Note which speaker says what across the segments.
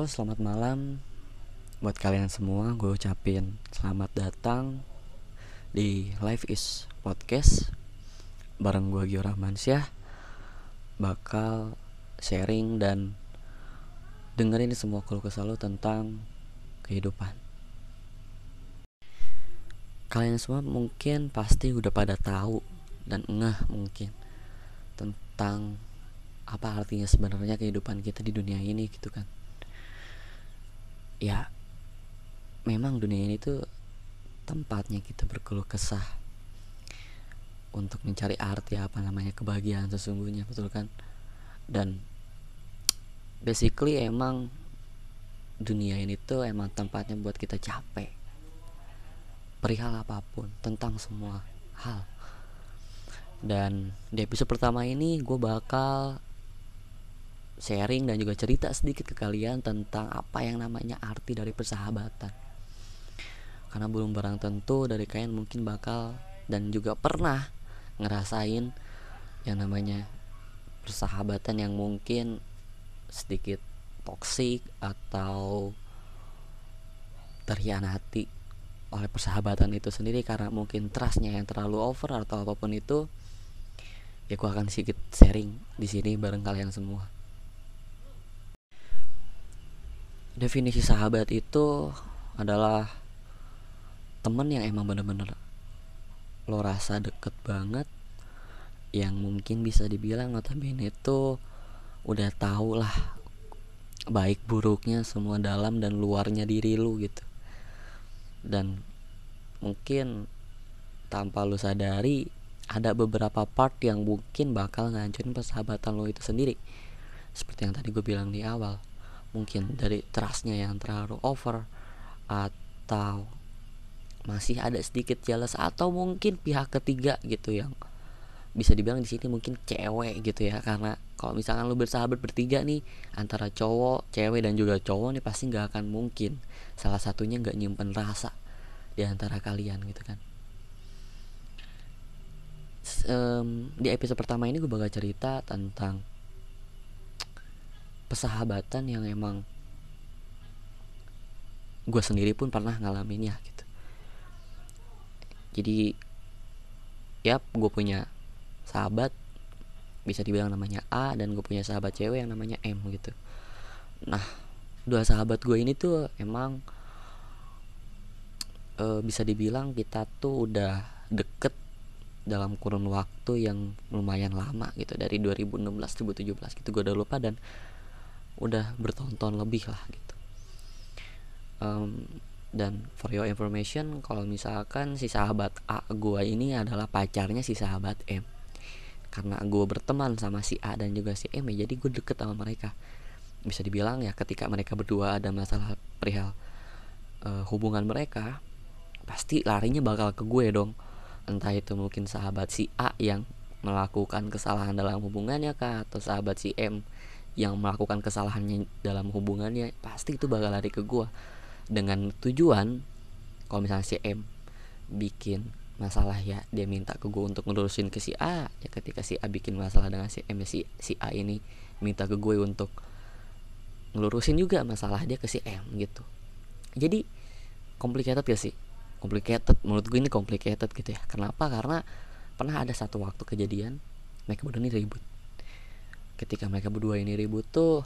Speaker 1: Halo, selamat malam buat kalian semua. Gue ucapin selamat datang di Life is Podcast bareng gue Gio Rahmansyah. Bakal sharing dan dengerin semua keluh kesah lo tentang kehidupan. Kalian semua mungkin pasti udah pada tahu dan ngeh mungkin tentang apa artinya sebenarnya kehidupan kita di dunia ini gitu kan. Ya, memang dunia ini tuh tempatnya kita berkeluh kesah untuk mencari arti apa namanya kebahagiaan sesungguhnya, betul kan? Dan basically emang dunia ini tuh emang tempatnya buat kita capek perihal apapun tentang semua hal. Dan di episode pertama ini gue bakal sharing dan juga cerita sedikit ke kalian tentang apa yang namanya arti dari persahabatan. Karena belum barang tentu dari kalian mungkin bakal dan juga pernah ngerasain yang namanya persahabatan yang mungkin sedikit toksik atau terhianati oleh persahabatan itu sendiri karena mungkin trustnya yang terlalu over atau apapun itu. Ya gue akan sedikit sharing di sini bareng kalian semua. Definisi sahabat itu adalah temen yang emang bener-bener lo rasa deket banget, yang mungkin bisa dibilang notabene itu udah tau lah baik buruknya semua dalam dan luarnya diri lu gitu. Dan mungkin tanpa lu sadari ada beberapa part yang mungkin bakal ngancurin persahabatan lo itu sendiri. Seperti yang tadi gue bilang di awal, mungkin dari trustnya yang terlalu over, atau masih ada sedikit jealous, atau mungkin pihak ketiga gitu yang bisa dibilang di sini mungkin cewek gitu ya. Karena kalau misalkan lu bersahabat bertiga nih antara cowok, cewek dan juga cowok nih, pasti nggak akan mungkin salah satunya nggak nyimpen rasa di antara kalian gitu kan. Di episode pertama ini gue bakal cerita tentang persahabatan yang emang gue sendiri pun pernah ngalaminnya gitu. Jadi gue punya sahabat bisa dibilang namanya A, dan gue punya sahabat cewek yang namanya M gitu. Nah, dua sahabat gue ini tuh emang bisa dibilang kita tuh udah deket dalam kurun waktu yang lumayan lama gitu, dari 2016 2017 gitu, gue udah lupa, dan udah bertahun-tahun lebih lah gitu. Dan for your information, kalau misalkan si sahabat A gue ini adalah pacarnya si sahabat M. Karena gue berteman sama si A dan juga si M, ya jadi gue deket sama mereka. Bisa dibilang ya ketika mereka berdua ada masalah perihal hubungan mereka, pasti larinya bakal ke gue dong. Entah itu mungkin sahabat si A yang melakukan kesalahan dalam hubungannya kah, atau sahabat si M yang melakukan kesalahannya dalam hubungannya, pasti itu bakal lari ke gue. Dengan tujuan kalau misalnya si M bikin masalah, ya dia minta ke gue untuk ngelurusin ke si A. Ya ketika si A bikin masalah dengan si M, ya si A ini minta ke gue untuk ngelurusin juga masalah dia ke si M gitu. Jadi complicated gak sih? Complicated, menurut gue ini complicated gitu ya. Kenapa? Karena pernah ada satu waktu kejadian mereka berdua ini ribut. Ketika mereka berdua ini ribut tuh,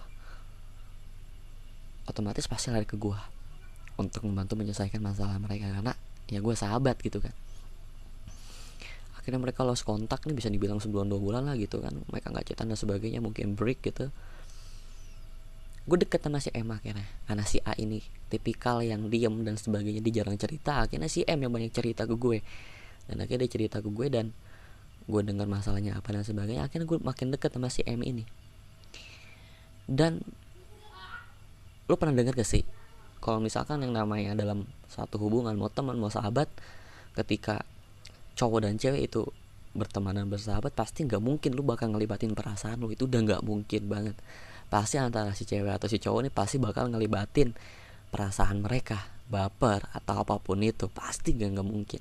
Speaker 1: otomatis pasti lari ke gue untuk membantu menyelesaikan masalah mereka, karena ya gue sahabat gitu kan. Akhirnya mereka lost kontak nih, bisa dibilang sebulan 2 bulan lah gitu kan. Mereka gak chatan dan sebagainya, mungkin break gitu. Gue deket sama si M akhirnya, karena si A ini tipikal yang diem dan sebagainya, dia jarang cerita. Akhirnya si M yang banyak cerita ke gue, dan akhirnya dia cerita ke gue dan gue dengar masalahnya apa dan sebagainya. Akhirnya gue makin deket sama si M ini. Dan lo pernah dengar gak sih, kalau misalkan yang namanya dalam satu hubungan, mau teman mau sahabat, ketika cowok dan cewek itu berteman dan bersahabat, pasti nggak mungkin lu bakal ngelibatin perasaan lu. Itu udah nggak mungkin banget. Pasti antara si cewek atau si cowok nih pasti bakal ngelibatin perasaan mereka, baper atau apapun itu, pasti nggak mungkin.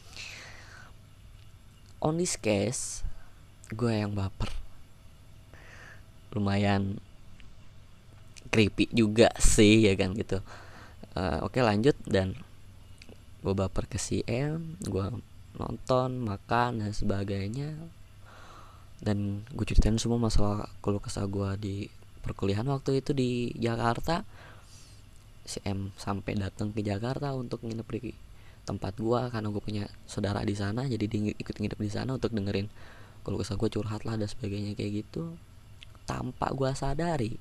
Speaker 1: On this case, gue yang baper, lumayan creepy juga sih ya kan gitu. Oke lanjut, dan gue baper ke si M, gue nonton, makan dan sebagainya, dan gue ceritain semua masalah keluh kesah gue di perkuliahan waktu itu di Jakarta. Si M sampai datang ke Jakarta untuk nginep di tempat gue karena gue punya saudara di sana, jadi dia ikut nginep di sana untuk dengerin keluh kesah gue, curhat lah dan sebagainya kayak gitu. Tanpa gue sadari,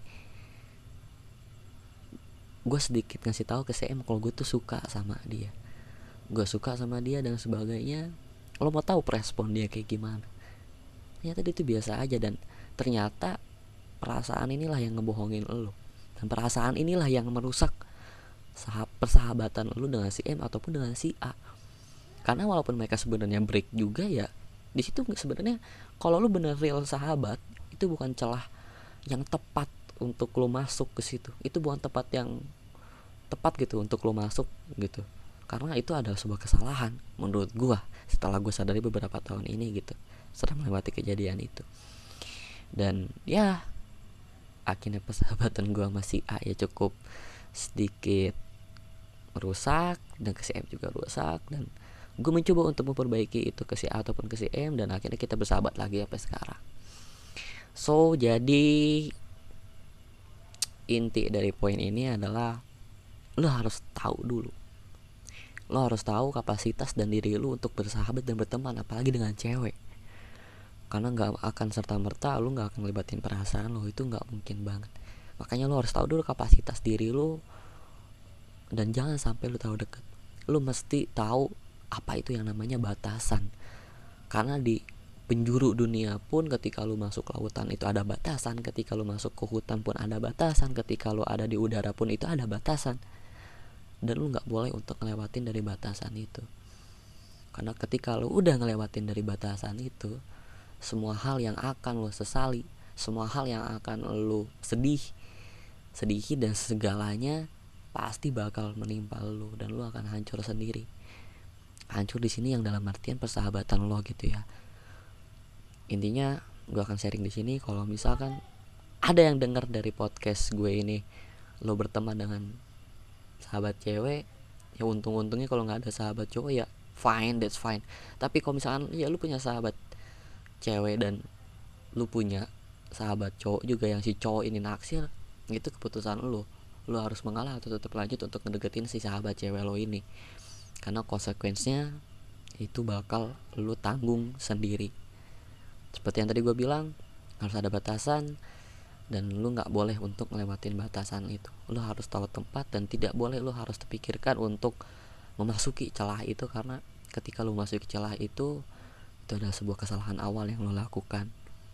Speaker 1: gue sedikit ngasih tahu ke si M kalau gue tuh suka sama dia, gue suka sama dia dan sebagainya. Lo mau tahu respon dia kayak gimana? Ternyata dia tuh biasa aja, dan ternyata perasaan inilah yang ngebohongin lo, dan perasaan inilah yang merusak persahabatan lu dengan si M ataupun dengan si A. Karena walaupun mereka sebenarnya break juga ya, di situ sebenarnya kalau lu bener real sahabat, itu bukan celah yang tepat untuk lu masuk ke situ. Itu bukan tempat yang tepat gitu untuk lu masuk gitu. Karena itu adalah sebuah kesalahan menurut gua setelah gua sadari beberapa tahun ini gitu, setelah melewati kejadian itu. Dan ya akhirnya persahabatan gua sama si A ya cukup sedikit rusak, dan ke si M juga rusak, dan gue mencoba untuk memperbaiki itu ke si A ataupun ke si M, dan akhirnya kita bersahabat lagi sampai sekarang. So jadi inti dari poin ini adalah lo harus tahu dulu, lo harus tahu kapasitas dan diri lo untuk bersahabat dan berteman, apalagi dengan cewek. Karena nggak akan serta merta lo nggak akan ngelibatin perasaan lo, itu nggak mungkin banget. Makanya lo harus tahu dulu kapasitas diri lo, dan jangan sampai lu terlalu deket. Lu mesti tahu apa itu yang namanya batasan. Karena di penjuru dunia pun ketika lu masuk lautan itu ada batasan, ketika lu masuk ke hutan pun ada batasan, ketika lu ada di udara pun itu ada batasan. Dan lu gak boleh untuk ngelewatin dari batasan itu. Karena ketika lu udah ngelewatin dari batasan itu, semua hal yang akan lu sesali, semua hal yang akan lu sedihi dan segalanya pasti bakal menimpa lu, dan lu akan hancur sendiri. Hancur di sini yang dalam artian persahabatan lo gitu ya. Intinya gue akan sharing di sini, kalau misalkan ada yang dengar dari podcast gue ini, lo berteman dengan sahabat cewek, ya untung-untungnya. Kalau nggak ada sahabat cowok ya fine, that's fine. Tapi kalau misalkan ya lu punya sahabat cewek dan lu punya sahabat cowok juga yang si cowok ini naksir, itu keputusan lu harus mengalah atau tetap lanjut untuk ngedeketin si sahabat cewek lo ini. Karena konsekuensinya itu bakal lu tanggung sendiri. Seperti yang tadi gue bilang, harus ada batasan, dan lu gak boleh untuk ngelewatin batasan itu. Lu harus tahu tempat, dan tidak boleh lu harus terpikirkan untuk memasuki celah itu. Karena ketika lu memasuki celah itu adalah sebuah kesalahan awal yang lu lakukan.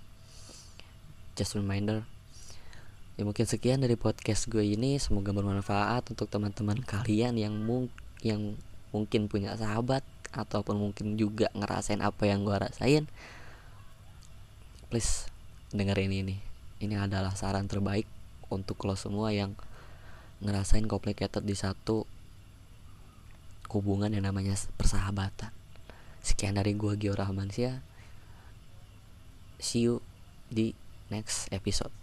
Speaker 1: Just reminder. Ya mungkin sekian dari podcast gue ini, semoga bermanfaat untuk teman-teman kalian yang mungkin punya sahabat ataupun mungkin juga ngerasain apa yang gue rasain. Please dengerin ini. Ini adalah saran terbaik untuk lo semua yang ngerasain complicated di satu hubungan yang namanya persahabatan. Sekian dari gue, Gio Rahmansyah. See you di next episode.